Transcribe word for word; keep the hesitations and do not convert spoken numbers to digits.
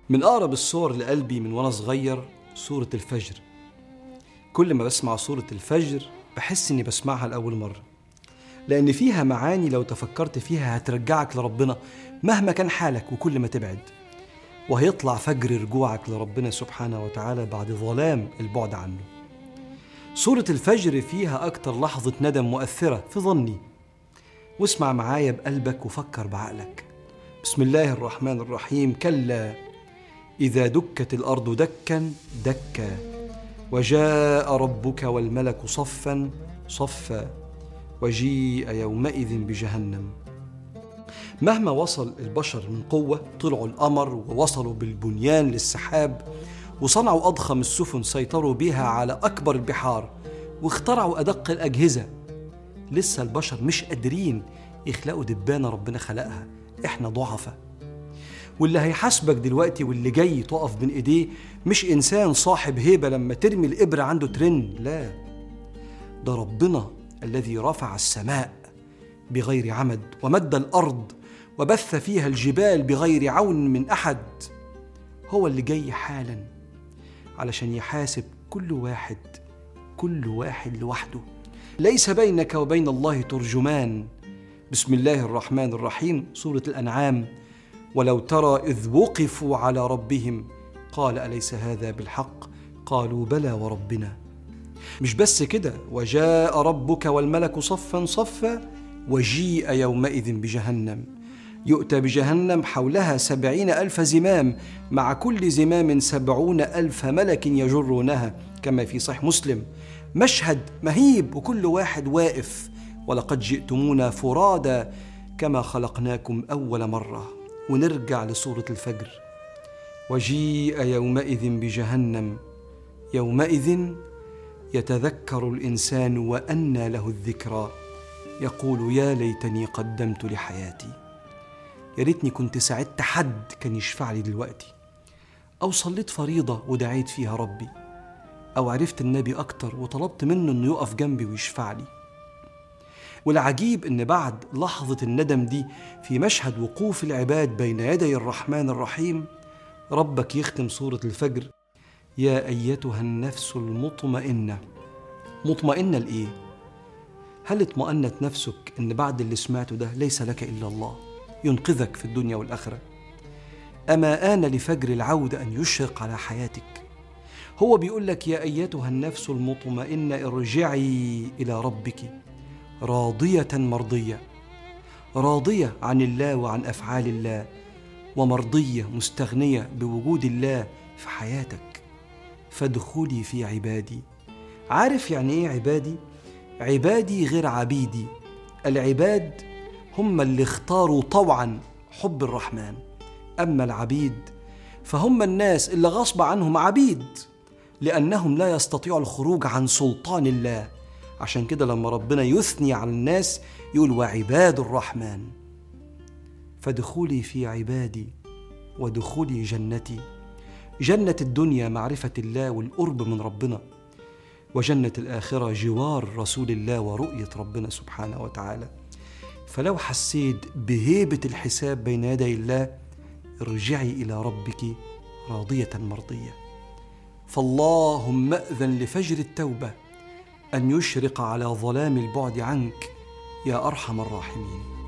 من أقرب الصور لقلبي من وأنا صغير سورة الفجر. كل ما بسمع سورة الفجر بحس إني بسمعها لأول مرة، لأن فيها معاني لو تفكرت فيها هترجعك لربنا مهما كان حالك وكل ما تبعد، وهيطلع فجر رجوعك لربنا سبحانه وتعالى بعد ظلام البعد عنه. سورة الفجر فيها أكتر لحظة ندم مؤثرة في ظني، واسمع معايا بقلبك وفكر بعقلك. بسم الله الرحمن الرحيم. كلا إذا دكت الأرض دكا دكا وجاء ربك والملك صفا صفا وجيء يومئذ بجهنم. مهما وصل البشر من قوة، طلعوا القمر ووصلوا بالبنيان للسحاب وصنعوا أضخم السفن سيطروا بها على أكبر البحار واخترعوا أدق الأجهزة، لسه البشر مش قادرين يخلقوا دبانة ربنا خلقها. إحنا ضعفة، واللي هيحاسبك دلوقتي واللي جاي تقف بين إيديه مش إنسان صاحب هيبة لما ترمي الإبرة عنده ترن، لا، ده ربنا الذي رفع السماء بغير عمد ومد الأرض وبث فيها الجبال بغير عون من أحد. هو اللي جاي حالا علشان يحاسب كل واحد كل واحد لوحده، ليس بينك وبين الله ترجمان. بسم الله الرحمن الرحيم. سورة الأنعام. ولو ترى إذ وقفوا على ربهم قال أليس هذا بالحق قالوا بلى وربنا. مش بس كده، وجاء ربك والملك صفا صفا وجيء يومئذ بجهنم. يؤتى بجهنم حولها سبعين ألف زمام، مع كل زمام سبعون ألف ملك يجرونها، كما في صحيح مسلم. مشهد مهيب وكل واحد واقف. ولقد جئتمونا فرادا كما خلقناكم أول مرة. ونرجع لسورة الفجر. وجيء يومئذ بجهنم يومئذ يتذكر الإنسان وأنى له الذكرى يقول يا ليتني قدمت لحياتي. يا ريتني كنت ساعدت حد كان يشفع لي دلوقتي، أو صليت فريضة ودعيت فيها ربي، أو عرفت النبي أكتر وطلبت منه أنه يقف جنبي ويشفع لي. والعجيب أن بعد لحظة الندم دي في مشهد وقوف العباد بين يدي الرحمن الرحيم ربك يختم سورة الفجر يا أيتها النفس المطمئنة. مطمئنة لإيه؟ هل اطمأنت نفسك أن بعد اللي سمعته ده ليس لك إلا الله ينقذك في الدنيا والآخرة؟ أما آن لفجر العودة أن يشرق على حياتك؟ هو بيقول لك يا أيتها النفس المطمئنة ارجعي إلى ربك راضية مرضية، راضية عن الله وعن أفعال الله، ومرضية مستغنية بوجود الله في حياتك. فادخلي في عبادي. عارف يعني إيه عبادي؟ عبادي غير عبيدي. العباد هم اللي اختاروا طوعا حب الرحمن، أما العبيد فهم الناس اللي غصب عنهم عبيد لأنهم لا يستطيعوا الخروج عن سلطان الله. عشان كده لما ربنا يثني على الناس يقول وعباد الرحمن. فادخلي في عبادي وادخلي جنتي. جنة الدنيا معرفة الله والقرب من ربنا، وجنة الآخرة جوار رسول الله ورؤية ربنا سبحانه وتعالى. فلو حسيت بهيبة الحساب بين يدي الله ارجعي إلى ربك راضية مرضية. فاللهم أذن لفجر التوبة أن يشرق على ظلام البعد عنك يا أرحم الراحمين.